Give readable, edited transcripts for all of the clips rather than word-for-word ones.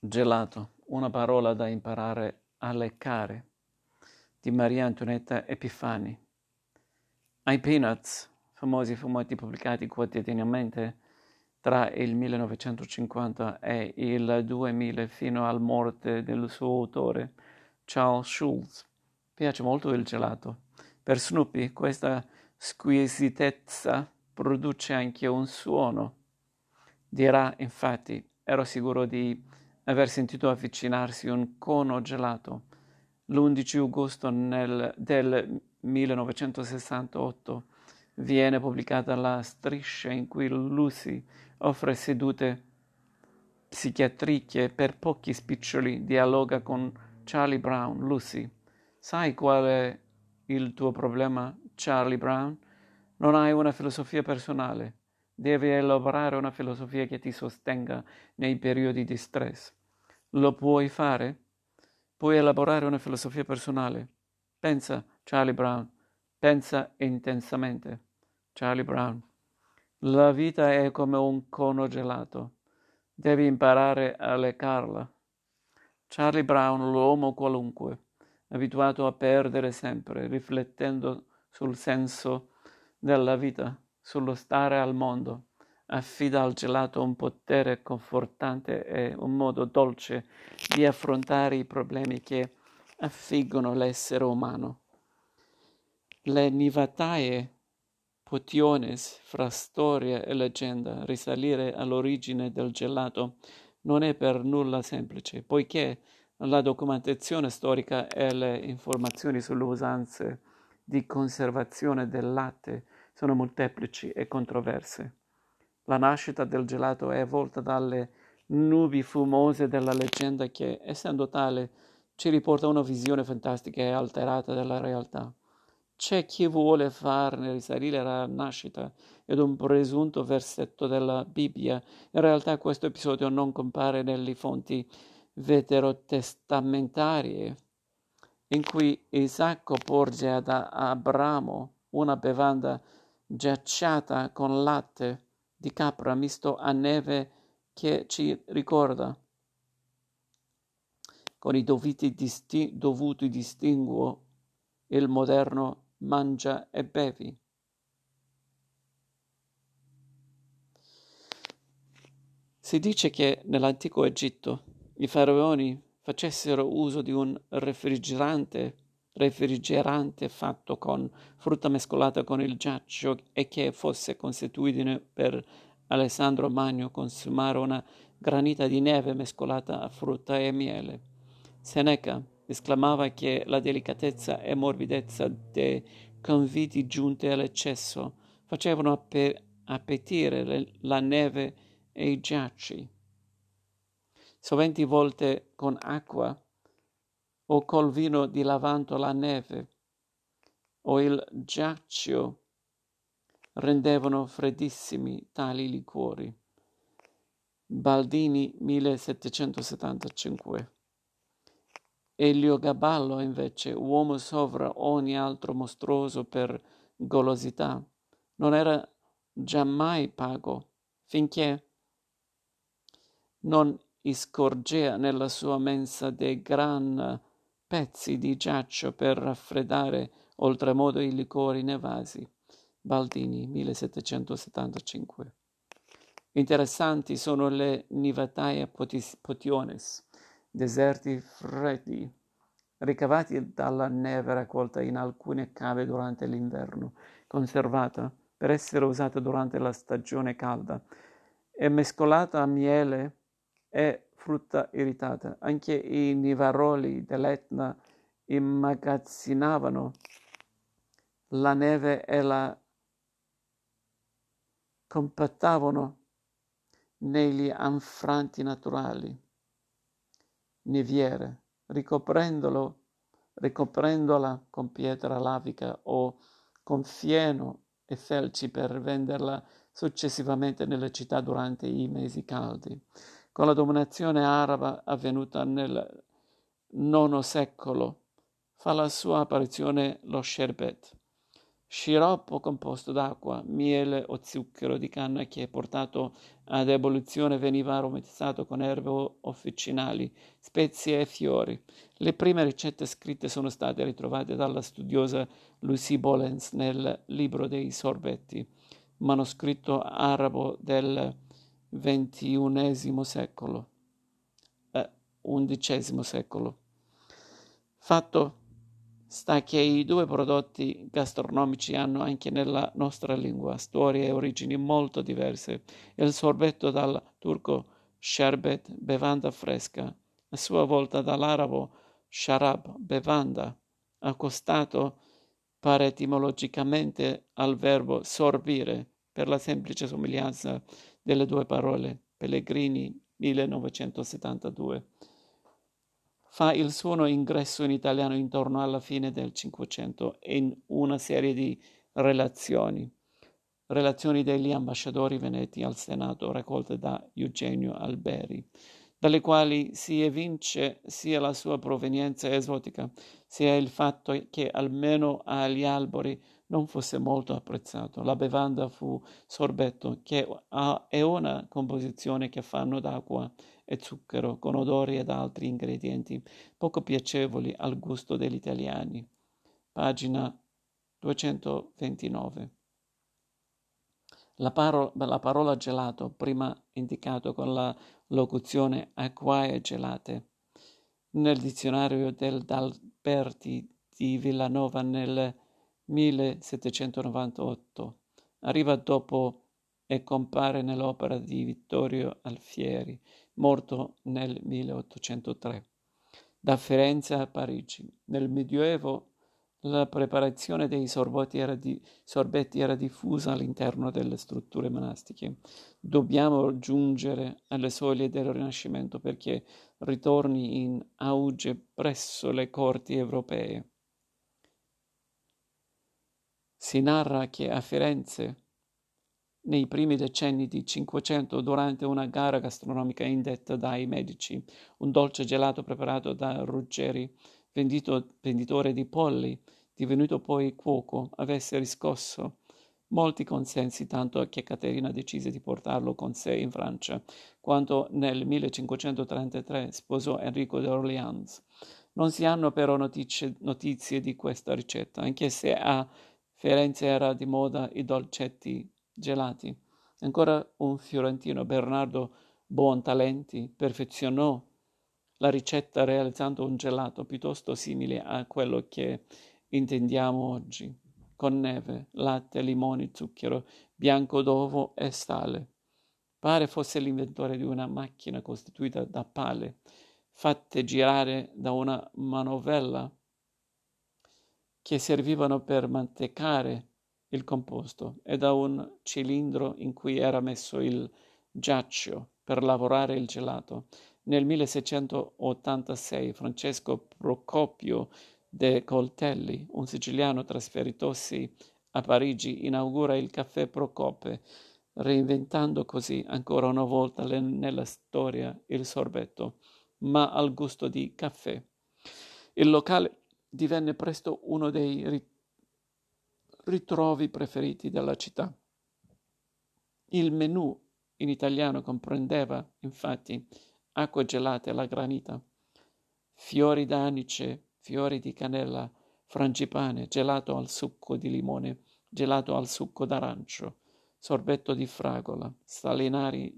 Gelato, una parola da imparare a leccare, di Maria Antonietta Epifani. Ai Peanuts, famosi fumetti pubblicati quotidianamente tra il 1950 e il 2000 fino alla morte del suo autore, Charles Schulz, piace molto il gelato. Per Snoopy questa squisitezza produce anche un suono. Dirà, infatti, ero sicuro di aver sentito avvicinarsi un cono gelato. L'11 agosto del 1968 viene pubblicata la striscia in cui Lucy offre sedute psichiatriche per pochi spiccioli, dialoga con Charlie Brown. Lucy, sai qual è il tuo problema, Charlie Brown? Non hai una filosofia personale. Devi elaborare una filosofia che ti sostenga nei periodi di stress. Lo puoi fare? Puoi elaborare una filosofia personale. Pensa, Charlie Brown, pensa intensamente. Charlie Brown, la vita è come un cono gelato. Devi imparare a leccarla. Charlie Brown, l'uomo qualunque, abituato a perdere sempre, riflettendo sul senso della vita, sullo stare al mondo, affida al gelato un potere confortante e un modo dolce di affrontare i problemi che affliggono l'essere umano. Le nivataie potiones fra storia e leggenda, risalire all'origine del gelato non è per nulla semplice, poiché la documentazione storica e le informazioni sulle usanze di conservazione del latte sono molteplici e controverse. La nascita del gelato è avvolta dalle nubi fumose della leggenda che, essendo tale, ci riporta una visione fantastica e alterata della realtà. C'è chi vuole farne risalire la nascita ed un presunto versetto della Bibbia. In realtà questo episodio non compare nelle fonti veterotestamentarie, in cui Isacco porge ad Abramo una bevanda ghiacciata con latte di capra misto a neve che ci ricorda, con i dovuti distinguo, il moderno mangia e bevi. Si dice che nell'antico Egitto i faraoni facessero uso di un refrigerante fatto con frutta mescolata con il ghiaccio e che fosse consuetudine per Alessandro Magno consumare una granita di neve mescolata a frutta e miele. Seneca esclamava che la delicatezza e morbidezza dei conviti giunte all'eccesso facevano appetire la neve e i ghiacci. Soventi volte con acqua o col vino dilavando la neve o il ghiaccio rendevano freddissimi tali liquori. Baldini 1775. Eliogaballo invece, uomo sovra ogni altro mostruoso per golosità, non era giammai pago, finché non iscorgea nella sua mensa dei gran pezzi di ghiaccio per raffreddare oltremodo i liquori nei vasi. Baldini 1775. Interessanti sono le nivataie potiones, deserti freddi, ricavati dalla neve raccolta in alcune cave durante l'inverno, conservata per essere usata durante la stagione calda e mescolata a miele e frutta irritata. Anche i nivaroli dell'Etna immagazzinavano la neve e la compattavano negli anfranti naturali, neviere, ricoprendola con pietra lavica o con fieno e felci per venderla successivamente nelle città durante i mesi caldi. Con la dominazione araba avvenuta nel IX secolo fa la sua apparizione lo sherbet. Sciroppo composto d'acqua, miele o zucchero di canna che, portato ad ebollizione, veniva aromatizzato con erbe officinali, spezie e fiori. Le prime ricette scritte sono state ritrovate dalla studiosa Lucy Bollens nel Libro dei sorbetti, manoscritto arabo del XXI secolo, XI secolo. Fatto sta che i due prodotti gastronomici hanno anche nella nostra lingua storie e origini molto diverse. Il sorbetto dal turco sherbet, bevanda fresca, a sua volta dall'arabo sharab, bevanda, accostato pare etimologicamente al verbo sorbire per la semplice somiglianza delle due parole. Pellegrini, 1972. Fa il suo ingresso in italiano intorno alla fine del Cinquecento in una serie di relazioni degli ambasciatori veneti al Senato raccolte da Eugenio Alberi, dalle quali si evince sia la sua provenienza esotica, sia il fatto che almeno agli albori non fosse molto apprezzato. La bevanda fu sorbetto, che è una composizione che fanno d'acqua e zucchero, con odori ed altri ingredienti poco piacevoli al gusto degli italiani. Pagina 229. La parola gelato, prima indicato con la locuzione acquae gelate, nel dizionario del D'Alberti di Villanova nel 1798, arriva dopo e compare nell'opera di Vittorio Alfieri, morto nel 1803, da Firenze a Parigi. Nel Medioevo la preparazione dei sorbetti era diffusa all'interno delle strutture monastiche. Dobbiamo giungere alle soglie del Rinascimento perché ritorni in auge presso le corti europee. Si narra che a Firenze, nei primi decenni di Cinquecento, durante una gara gastronomica indetta dai Medici, un dolce gelato preparato da Ruggeri, venditore di polli, divenuto poi cuoco, avesse riscosso molti consensi, tanto che Caterina decise di portarlo con sé in Francia, quando nel 1533 sposò Enrico d'Orléans. Non si hanno però notizie di questa ricetta, anche se a Firenze era di moda i dolcetti gelati. Ancora un fiorentino, Bernardo Buontalenti, perfezionò la ricetta realizzando un gelato piuttosto simile a quello che intendiamo oggi, con neve, latte, limoni, zucchero, bianco d'uovo e sale. Pare fosse l'inventore di una macchina costituita da pale, fatte girare da una manovella che servivano per mantecare il composto e da un cilindro in cui era messo il giaccio per lavorare il gelato. Nel 1686 Francesco Procopio de Coltelli, un siciliano trasferitosi a Parigi, inaugura il caffè Procope, reinventando così ancora una volta nella storia il sorbetto, ma al gusto di caffè. Il locale divenne presto uno dei ritrovi preferiti della città. Il menù in italiano comprendeva, infatti, acque gelate alla granita, fiori d'anice, fiori di cannella, frangipane, gelato al succo di limone, gelato al succo d'arancio, sorbetto di fragola, Salinari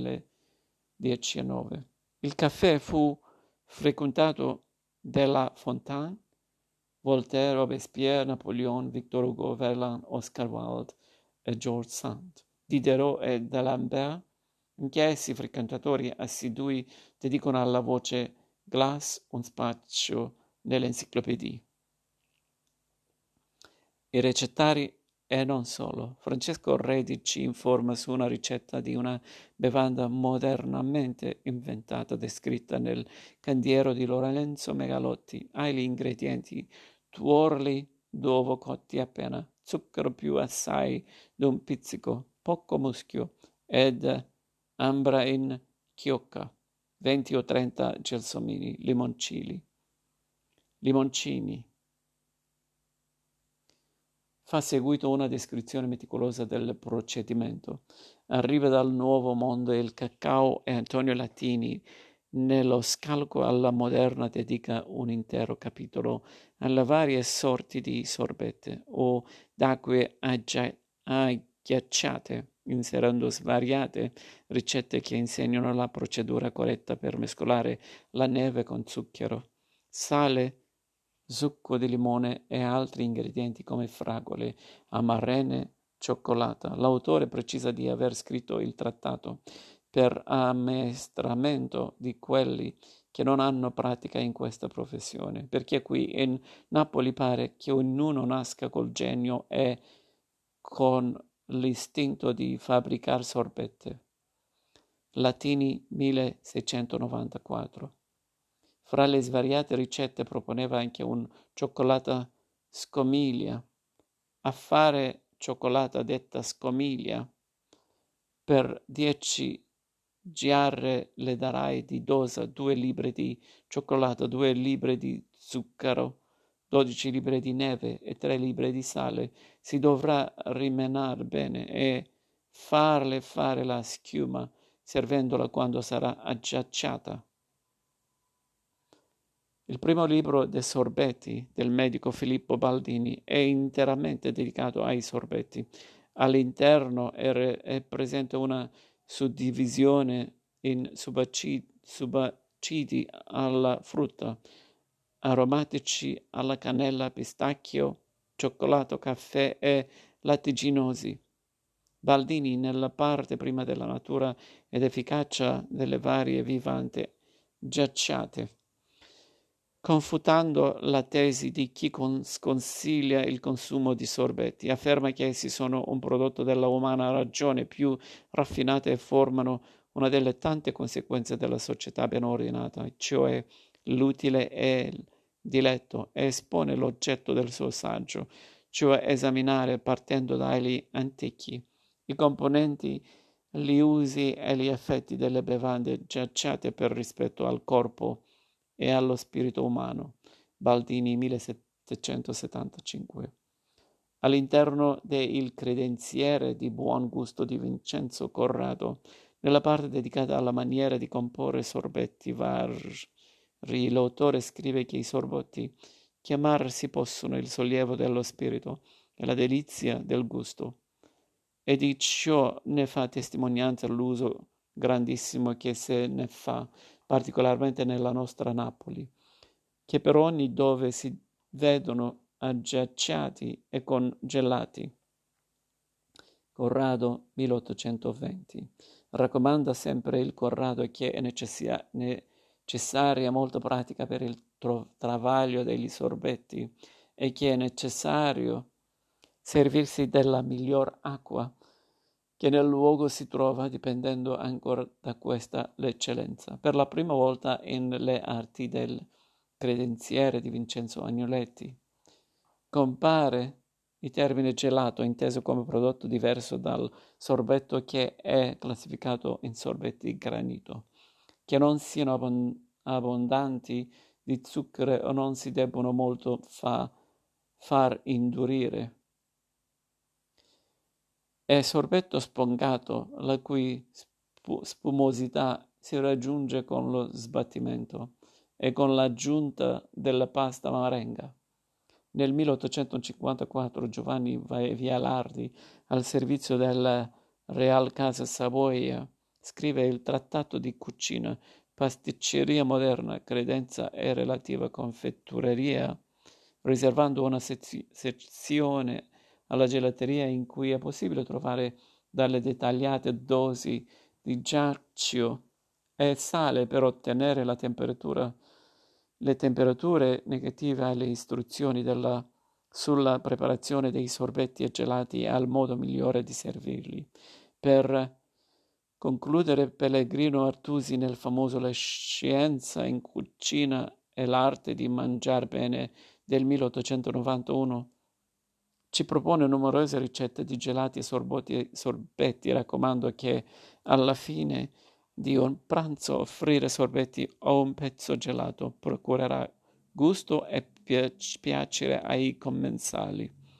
2019. Il caffè fu frequentato dalla Fontaine, Voltaire, Robespierre, Napoleon, Victor Hugo, Verlaine, Oscar Wilde e George Sand, Diderot e D'Alembert, anche essi frequentatori assidui dedicano alla voce Glass un spazio nelle enciclopedie. I recettari e non solo. Francesco Redi ci informa su una ricetta di una bevanda modernamente inventata, descritta nel Candiero di Lorenzo Megalotti. Hai gli ingredienti: tuorli d'uovo cotti appena, zucchero più assai d'un pizzico, poco muschio ed ambra in chiocca, 20 o 30 gelsomini, limoncini. Fa seguito una descrizione meticolosa del procedimento. Arriva dal Nuovo Mondo il cacao e Antonio Latini, nello scalco alla moderna, dedica un intero capitolo alle varie sorti di sorbette o d'acque agghiacciate, inserendo svariate ricette che insegnano la procedura corretta per mescolare la neve con zucchero, sale, succo di limone e altri ingredienti come fragole, amarene, cioccolata. L'autore precisa di aver scritto il trattato per ammaestramento di quelli che non hanno pratica in questa professione, perché qui in Napoli pare che ognuno nasca col genio e con l'istinto di fabbricar sorbette. Latini 1694. Fra le svariate ricette proponeva anche un cioccolata scomiglia. A fare cioccolata detta scomiglia per 10 giarre le darai di dosa 2 libbre di cioccolato, 2 libbre di zucchero, 12 libbre di neve e 3 libbre di sale. Si dovrà rimenar bene e farle fare la schiuma, servendola quando sarà agghiacciata. Il primo libro dei sorbetti del medico Filippo Baldini è interamente dedicato ai sorbetti. All'interno è presente una suddivisione in subacidi alla frutta, aromatici alla cannella, pistacchio, cioccolato, caffè e lattiginosi. Baldini nella parte prima della natura ed efficacia delle varie vivante giacciate, confutando la tesi di chi sconsiglia il consumo di sorbetti, afferma che essi sono un prodotto della umana ragione più raffinata e formano una delle tante conseguenze della società ben ordinata, cioè l'utile e il diletto, e espone l'oggetto del suo saggio, cioè esaminare partendo dagli antichi i componenti, gli usi e gli effetti delle bevande giacciate per rispetto al corpo e allo spirito umano. Baldini 1775. All'interno de Il credenziere di buon gusto di Vincenzo Corrado, nella parte dedicata alla maniera di comporre sorbetti vari, l'autore scrive che i sorbetti chiamar si possono il sollievo dello spirito e la delizia del gusto, e di ciò ne fa testimonianza l'uso grandissimo che se ne fa, particolarmente nella nostra Napoli, che per ogni dove si vedono agghiacciati e congelati. Corrado 1820. Raccomanda sempre il Corrado che è necessaria molta pratica per il travaglio degli sorbetti e che è necessario servirsi della miglior acqua che nel luogo si trova, dipendendo ancora da questa l'eccellenza. Per la prima volta in Le arti del credenziere di Vincenzo Agnoletti compare il termine gelato, inteso come prodotto diverso dal sorbetto che è classificato in sorbetti granito, che non siano abbondanti di zucchero o non si debbono molto far indurire. È sorbetto spongato, la cui spumosità si raggiunge con lo sbattimento e con l'aggiunta della pasta marenga. Nel 1854 Giovanni Vialardi, al servizio della Real Casa Savoia, scrive il trattato di cucina, pasticceria moderna, credenza e relativa confettureria, riservando una sezione alla gelateria in cui è possibile trovare dalle dettagliate dosi di giaccio e sale per ottenere le temperature negative alle istruzioni sulla preparazione dei sorbetti e gelati e al modo migliore di servirli. Per concludere, Pellegrino Artusi nel famoso La scienza in cucina e l'arte di mangiar bene del 1891 ci propone numerose ricette di gelati e sorbetti. Raccomando che alla fine di un pranzo offrire sorbetti o un pezzo gelato procurerà gusto e piacere ai commensali.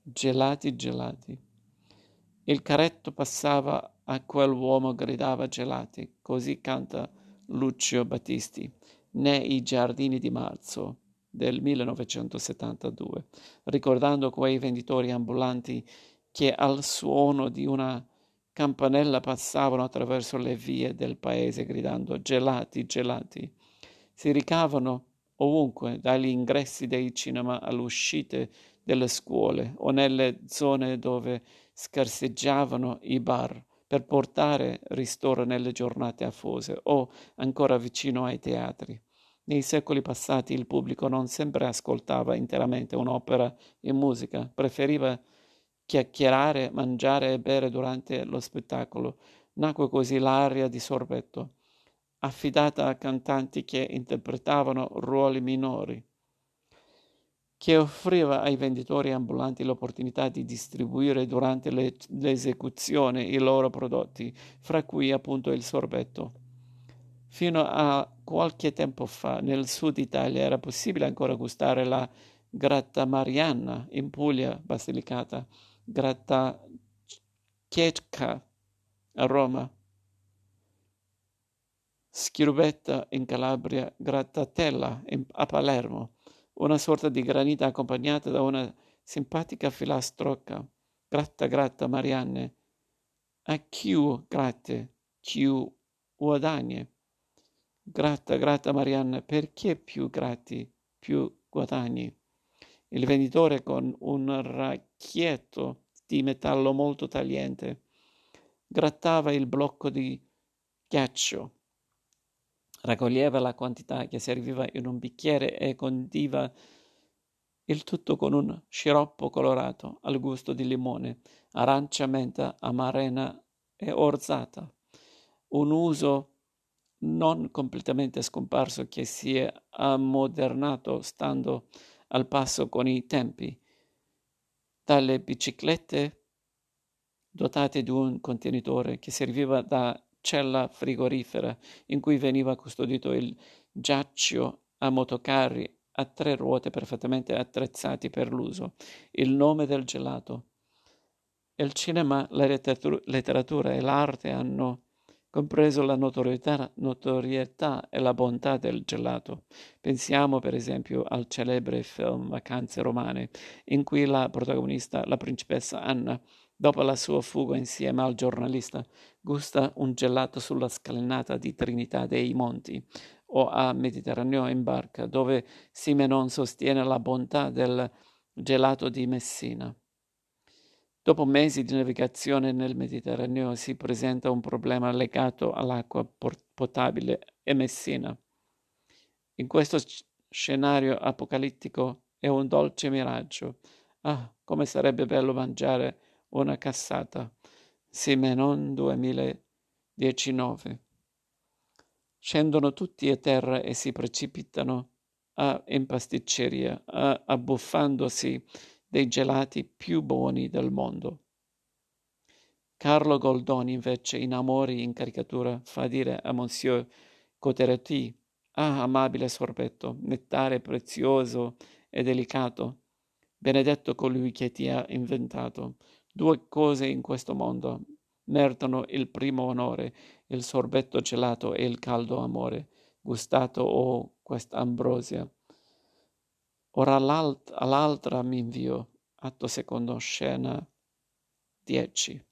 gelati, gelati. Il carretto passava, a quell'uomo gridava gelati, così canta Lucio Battisti, nei Giardini di Marzo del 1972, ricordando quei venditori ambulanti che al suono di una campanella passavano attraverso le vie del paese gridando gelati, gelati. Si ricavano ovunque, dagli ingressi dei cinema alle uscite delle scuole o nelle zone dove scarseggiavano i bar per portare ristoro nelle giornate afose o ancora vicino ai teatri. Nei secoli passati il pubblico non sempre ascoltava interamente un'opera in musica, preferiva chiacchierare, mangiare e bere durante lo spettacolo. Nacque così l'aria di sorbetto, affidata a cantanti che interpretavano ruoli minori, che offriva ai venditori ambulanti l'opportunità di distribuire durante l'esecuzione i loro prodotti, fra cui appunto il sorbetto. Fino a qualche tempo fa nel sud Italia era possibile ancora gustare la Gratta-Marianna in Puglia, Basilicata, Gratta-Checca a Roma, Schirubetta in Calabria, Grattatella a Palermo, una sorta di granita accompagnata da una simpatica filastrocca, gratta gratta Marianne, a chiù gratte, chiù guadagne. Gratta, gratta Marianne, perché più gratti, più guadagni? Il venditore con un racchietto di metallo molto tagliente grattava il blocco di ghiaccio, raccoglieva la quantità che serviva in un bicchiere e condiva il tutto con un sciroppo colorato al gusto di limone, arancia, menta, amarena e orzata. Un uso non completamente scomparso che si è ammodernato stando al passo con i tempi. Dalle biciclette dotate di un contenitore che serviva da cella frigorifera in cui veniva custodito il giaciglio a motocarri a 3 ruote perfettamente attrezzati per l'uso, il nome del gelato. Il cinema, la letteratura e l'arte hanno compreso la notorietà e la bontà del gelato. Pensiamo per esempio al celebre film Vacanze romane, in cui la protagonista, la principessa Anna, dopo la sua fuga insieme al giornalista, gusta un gelato sulla scalinata di Trinità dei Monti, o a Mediterraneo in barca, dove Simenon sostiene la bontà del gelato di Messina. Dopo mesi di navigazione nel Mediterraneo si presenta un problema legato all'acqua potabile e Messina. In questo scenario apocalittico è un dolce miraggio. Ah, come sarebbe bello mangiare una cassata. Simenon 2019. Scendono tutti a terra e si precipitano in pasticceria, abbuffandosi dei gelati più buoni del mondo. Carlo Goldoni invece in Amori in caricatura fa dire a Monsieur Cotteretti: ah, amabile sorbetto, nettare prezioso e delicato, benedetto colui che ti ha inventato. 2 cose in questo mondo meritano il primo onore, il sorbetto gelato e il caldo amore, gustato o quest'ambrosia. Ora all'altra mi invio, atto secondo, scena 10,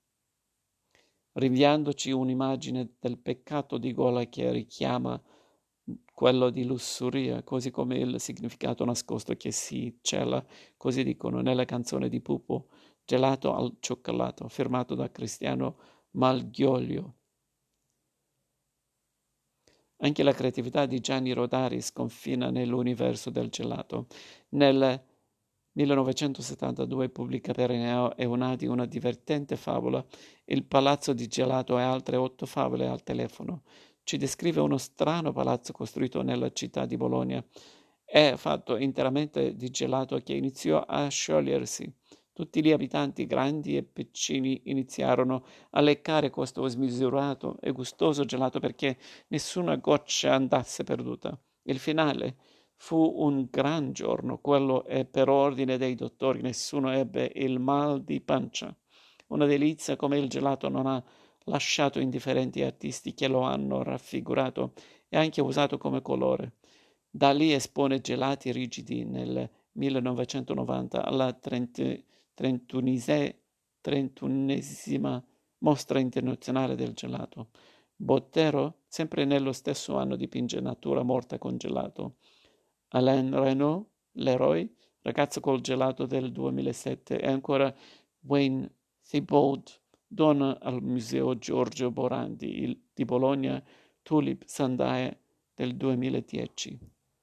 rinviandoci un'immagine del peccato di gola che richiama quello di lussuria, così come il significato nascosto che si cela, così dicono, nella canzone di Pupo, Gelato al cioccolato, firmato da Cristiano Malgioglio. Anche la creatività di Gianni Rodari sconfina nell'universo del gelato. Nel 1972 pubblica per Eneo Eunadi una divertente favola, Il palazzo di gelato e altre 8 favole al telefono. Ci descrive uno strano palazzo costruito nella città di Bologna. È fatto interamente di gelato che iniziò a sciogliersi. Tutti gli abitanti, grandi e piccini, iniziarono a leccare questo smisurato e gustoso gelato perché nessuna goccia andasse perduta. Il finale Fu un gran giorno quello e per ordine dei dottori nessuno ebbe il mal di pancia. Una delizia come il gelato non ha lasciato indifferenti artisti che lo hanno raffigurato e anche usato come colore. Da lì espone gelati rigidi nel 1990 alla 31esima Mostra Internazionale del Gelato. Bottero, sempre nello stesso anno, dipinge Natura morta con gelato. Alain Renaud, Leroy, Ragazzo col gelato del 2007 e ancora Wayne Thibaud dona al Museo Giorgio Morandi di Bologna Tulip Sandae del 2010.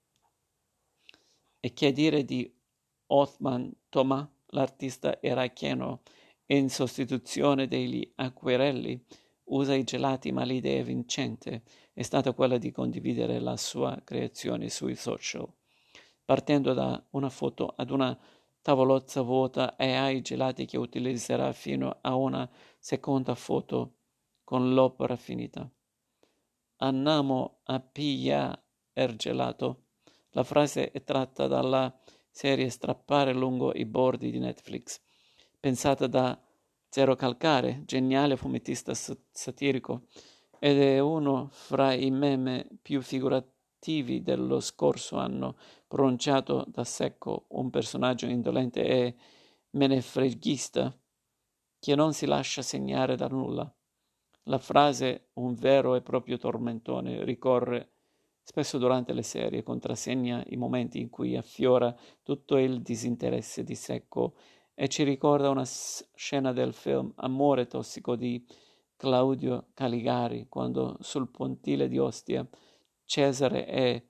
E che dire di Othman Thomas, l'artista iracheno, in sostituzione degli acquerelli, usa i gelati, ma l'idea vincente è stata quella di condividere la sua creazione sui social, partendo da una foto ad una tavolozza vuota e ai gelati che utilizzerà fino a una seconda foto con l'opera finita. Andiamo a pigliare il gelato. La frase è tratta dalla serie Strappare lungo i bordi di Netflix, pensata da Zero Calcare, geniale fumettista satirico, ed è uno fra i meme più figurativi dello scorso anno, pronunciato da Secco, un personaggio indolente e menefreghista che non si lascia segnare da nulla. La frase un vero e proprio tormentone ricorre spesso durante le serie, contrassegna i momenti in cui affiora tutto il disinteresse di Secco e ci ricorda una scena del film Amore tossico di Claudio Caligari, quando sul pontile di Ostia Cesare e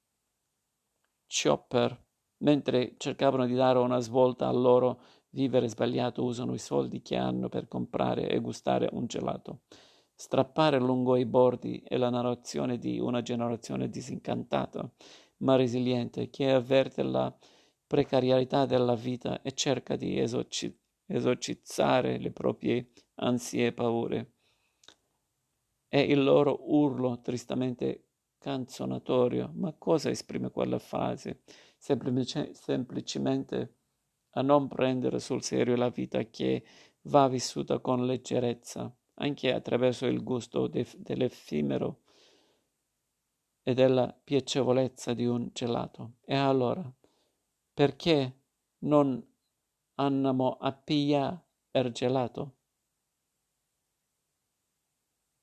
Chopper, mentre cercavano di dare una svolta al loro vivere sbagliato, usano i soldi che hanno per comprare e gustare un gelato. Strappare lungo i bordi è la narrazione di una generazione disincantata, ma resiliente, che avverte la precarietà della vita e cerca di esorcizzare le proprie ansie e paure. È il loro urlo tristamente canzonatorio. Ma cosa esprime quella frase? Semplicemente a non prendere sul serio la vita che va vissuta con leggerezza, anche attraverso il gusto dell'effimero e della piacevolezza di un gelato. E allora, perché non andiamo a pigliare il gelato?